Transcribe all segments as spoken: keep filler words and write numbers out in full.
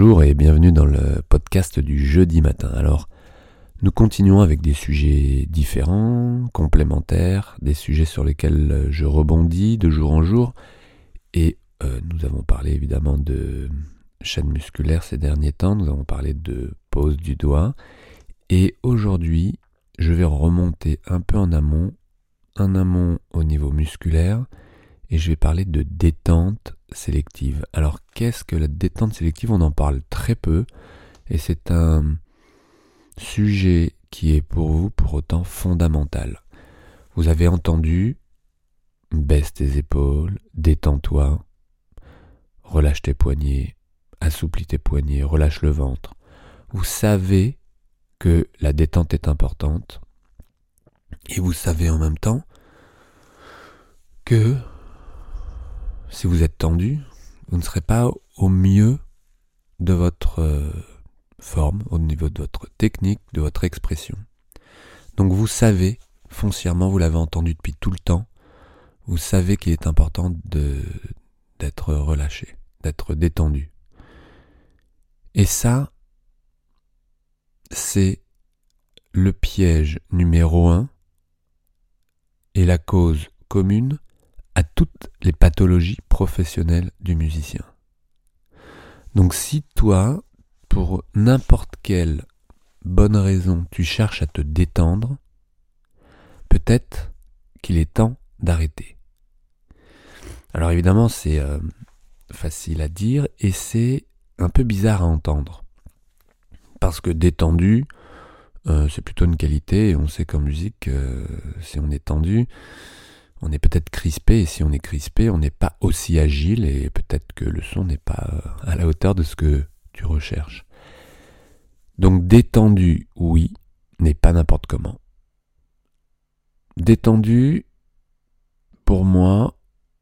Bonjour et bienvenue dans le podcast du jeudi matin. Alors, nous continuons avec des sujets différents, complémentaires, des sujets sur lesquels je rebondis de jour en jour. Et euh, nous avons parlé évidemment de chaîne musculaire ces derniers temps, nous avons parlé de pose du doigt. Et aujourd'hui, je vais remonter un peu en amont, en amont au niveau musculaire, et je vais parler de détente sélective. Alors, qu'est-ce que la détente sélective ? On en parle très peu, et c'est un sujet qui est pour vous pour autant fondamental. Vous avez entendu « baisse tes épaules, détends-toi, relâche tes poignets, assouplis tes poignets, relâche le ventre ». Vous savez que la détente est importante, et vous savez en même temps que si vous êtes tendu, vous ne serez pas au mieux de votre euh, forme, au niveau de votre technique, de votre expression. Donc vous savez, foncièrement, vous l'avez entendu depuis tout le temps, vous savez qu'il est important de, d'être relâché, d'être détendu. Et ça, c'est le piège numéro un et la cause commune à toutes les pathologies professionnelles du musicien. Donc si toi, pour n'importe quelle bonne raison, tu cherches à te détendre, peut-être qu'il est temps d'arrêter. Alors évidemment, c'est euh, facile à dire et c'est un peu bizarre à entendre. Parce que détendu, euh, c'est plutôt une qualité et on sait qu'en musique, euh, si on est tendu, on est peut-être crispé, et si on est crispé, on n'est pas aussi agile, et peut-être que le son n'est pas à la hauteur de ce que tu recherches. Donc détendu, oui, mais pas n'importe comment. Détendu, pour moi,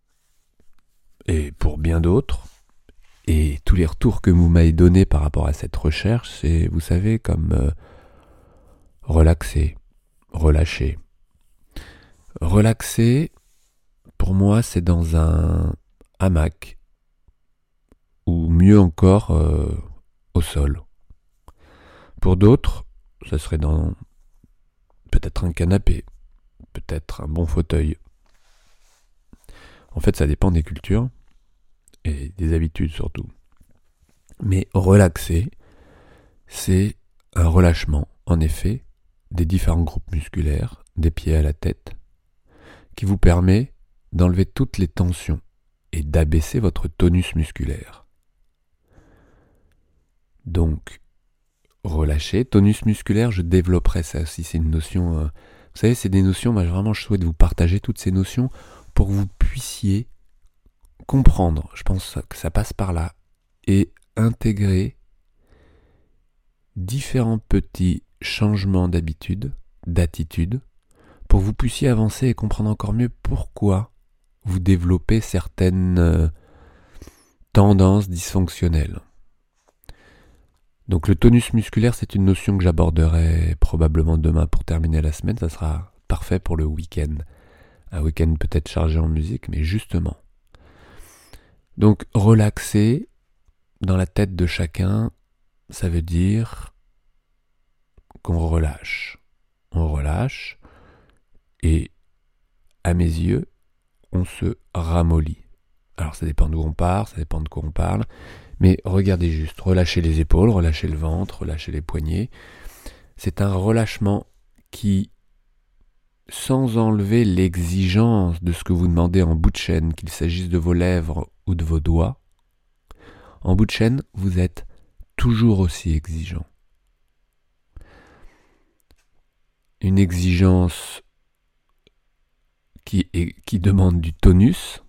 et pour bien d'autres, et tous les retours que vous m'avez donnés par rapport à cette recherche, c'est, vous savez, comme euh, relaxer, relâcher. Relaxer, pour moi, c'est dans un hamac, ou mieux encore, euh, au sol. Pour d'autres, ça serait dans peut-être un canapé, peut-être un bon fauteuil. En fait, ça dépend des cultures, et des habitudes surtout. Mais relaxer, c'est un relâchement, en effet, des différents groupes musculaires, des pieds à la tête, qui vous permet d'enlever toutes les tensions et d'abaisser votre tonus musculaire. Donc, relâcher, tonus musculaire, je développerai ça aussi, c'est une notion, euh, vous savez, c'est des notions, moi vraiment je souhaite vous partager toutes ces notions pour que vous puissiez comprendre, je pense que ça passe par là, et intégrer différents petits changements d'habitude, d'attitude, pour que vous puissiez avancer et comprendre encore mieux pourquoi vous développez certaines euh, tendances dysfonctionnelles. Donc le tonus musculaire, c'est une notion que j'aborderai probablement demain pour terminer la semaine, ça sera parfait pour le week-end. Un week-end peut-être chargé en musique, mais justement. Donc relaxer dans la tête de chacun, ça veut dire qu'on relâche. On relâche et à mes yeux, on se ramollit. Alors ça dépend d'où on part, ça dépend de quoi on parle, mais regardez juste, relâchez les épaules, relâchez le ventre, relâchez les poignets. C'est un relâchement qui, sans enlever l'exigence de ce que vous demandez en bout de chaîne, qu'il s'agisse de vos lèvres ou de vos doigts, en bout de chaîne, vous êtes toujours aussi exigeant. Une exigence qui, est, qui demande du tonus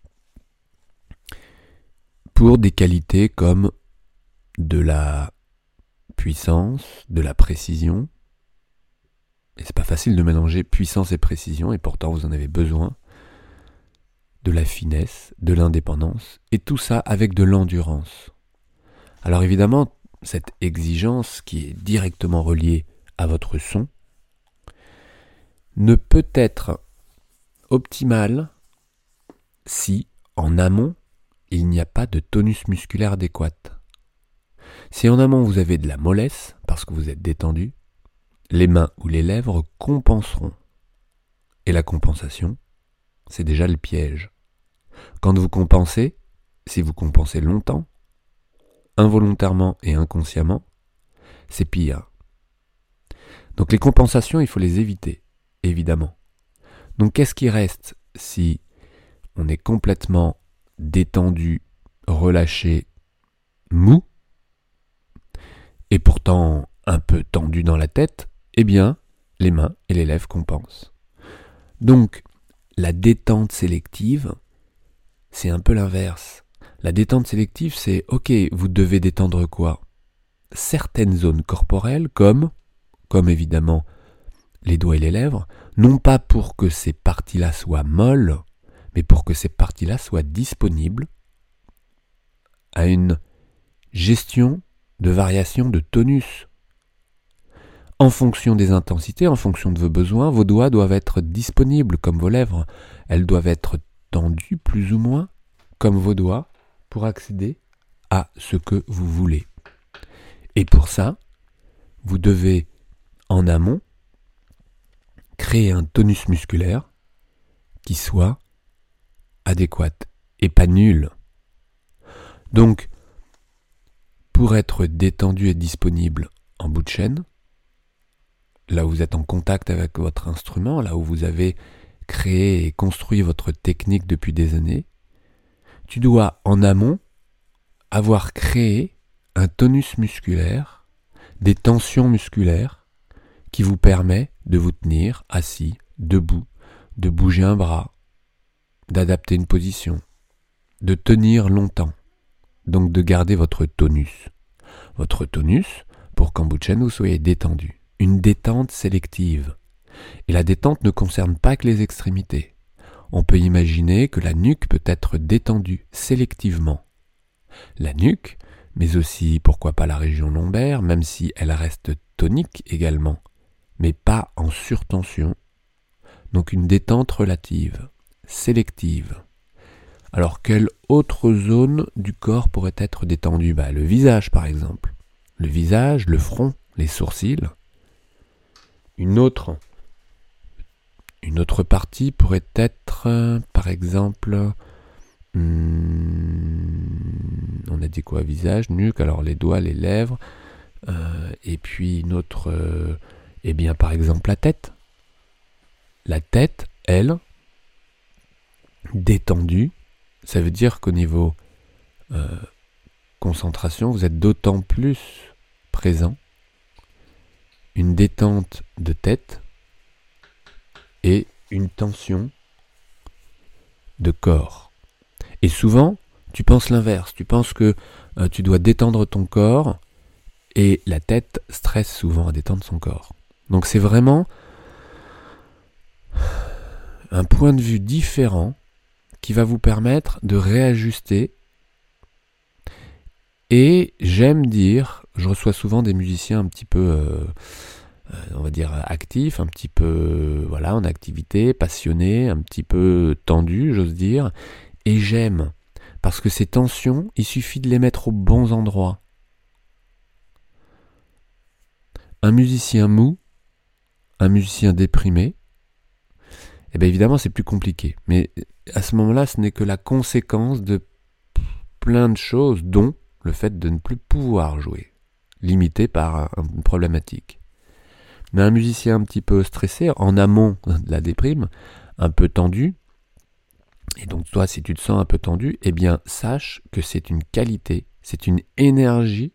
pour des qualités comme de la puissance, de la précision. Et c'est pas facile de mélanger puissance et précision, et pourtant vous en avez besoin. De la finesse, de l'indépendance, et tout ça avec de l'endurance. Alors évidemment, cette exigence qui est directement reliée à votre son ne peut être optimale si, en amont, il n'y a pas de tonus musculaire adéquat. Si en amont vous avez de la mollesse, parce que vous êtes détendu, les mains ou les lèvres compenseront. Et la compensation, c'est déjà le piège. Quand vous compensez, si vous compensez longtemps, involontairement et inconsciemment, c'est pire. Donc les compensations, il faut les éviter, évidemment. Donc qu'est-ce qui reste si on est complètement détendu, relâché, mou, et pourtant un peu tendu dans la tête? Eh bien, les mains et les lèvres compensent. Donc, la détente sélective, c'est un peu l'inverse. La détente sélective, c'est, ok, vous devez détendre quoi? Certaines zones corporelles, comme, comme évidemment les doigts et les lèvres, non pas pour que ces parties-là soient molles, mais pour que ces parties-là soient disponibles à une gestion de variation de tonus. En fonction des intensités, en fonction de vos besoins, vos doigts doivent être disponibles comme vos lèvres. Elles doivent être tendues plus ou moins comme vos doigts pour accéder à ce que vous voulez. Et pour ça, vous devez, en amont, créer un tonus musculaire qui soit adéquat et pas nul. Donc, pour être détendu et disponible en bout de chaîne, là où vous êtes en contact avec votre instrument, là où vous avez créé et construit votre technique depuis des années, tu dois en amont avoir créé un tonus musculaire, des tensions musculaires qui vous permet de vous tenir assis, debout, de bouger un bras, d'adapter une position, de tenir longtemps, donc de garder votre tonus. Votre tonus pour qu'en bout de chaîne vous soyez détendu. Une détente sélective. Et la détente ne concerne pas que les extrémités. On peut imaginer que la nuque peut être détendue sélectivement. La nuque, mais aussi pourquoi pas la région lombaire, même si elle reste tonique également, mais pas en surtension. Donc une détente relative, sélective. Alors quelle autre zone du corps pourrait être détendue? Bah, le visage par exemple. Le visage, le front, les sourcils. Une autre, une autre partie pourrait être, euh, par exemple, hum, on a dit quoi? Visage, nuque, alors les doigts, les lèvres, euh, et puis une autre, euh, eh bien par exemple la tête. La tête, elle, détendue, ça veut dire qu'au niveau euh, concentration, vous êtes d'autant plus présent. Une détente de tête et une tension de corps. Et souvent, tu penses l'inverse. Tu penses que euh, tu dois détendre ton corps et la tête stresse souvent à détendre son corps. Donc c'est vraiment un point de vue différent qui va vous permettre de réajuster. Et j'aime dire, je reçois souvent des musiciens un petit peu, euh, euh, on va dire, actifs, un petit peu, voilà, en activité, passionnés, un petit peu tendus, j'ose dire. Et j'aime, parce que ces tensions, il suffit de les mettre aux bons endroits. Un musicien mou, un musicien déprimé, eh bien évidemment c'est plus compliqué. Mais à ce moment-là, ce n'est que la conséquence de plein de choses, dont le fait de ne plus pouvoir jouer, limité par une problématique. Mais un musicien un petit peu stressé, en amont de la déprime, un peu tendu, et donc toi, si tu te sens un peu tendu, eh bien sache que c'est une qualité, c'est une énergie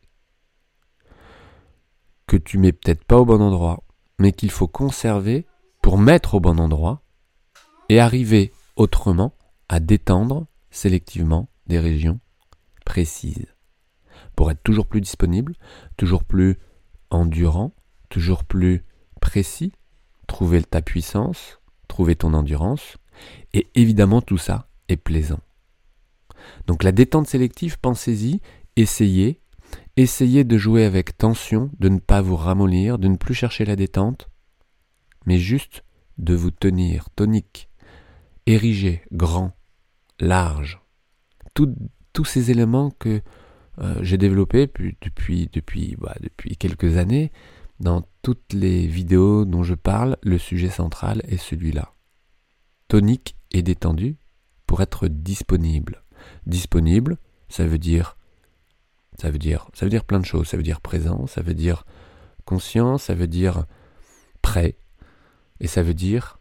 que tu mets peut-être pas au bon endroit, mais qu'il faut conserver pour mettre au bon endroit et arriver autrement à détendre sélectivement des régions précises. Pour être toujours plus disponible, toujours plus endurant, toujours plus précis, trouver ta puissance, trouver ton endurance, et évidemment tout ça est plaisant. Donc la détente sélective, pensez-y, essayez, essayez de jouer avec tension, de ne pas vous ramollir, de ne plus chercher la détente, mais juste de vous tenir tonique, érigé, grand, large, Tout, tous ces éléments que euh, j'ai développé puis, depuis, depuis, bah, depuis quelques années. Dans toutes les vidéos dont je parle, le sujet central est celui-là. Tonique et détendu pour être disponible. Disponible, ça veut dire, ça veut dire, ça veut dire plein de choses. Ça veut dire présent, ça veut dire conscient, ça veut dire prêt, et ça veut dire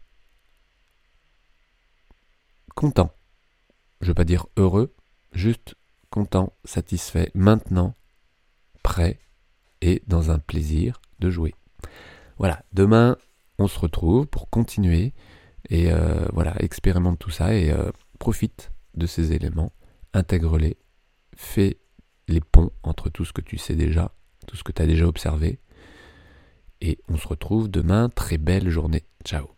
content. Je veux pas dire heureux, juste content, satisfait, maintenant, prêt et dans un plaisir de jouer. Voilà, demain, on se retrouve pour continuer et euh, voilà, expérimente tout ça et euh, profite de ces éléments, intègre-les, fais les ponts entre tout ce que tu sais déjà, tout ce que tu as déjà observé et on se retrouve demain, très belle journée. Ciao.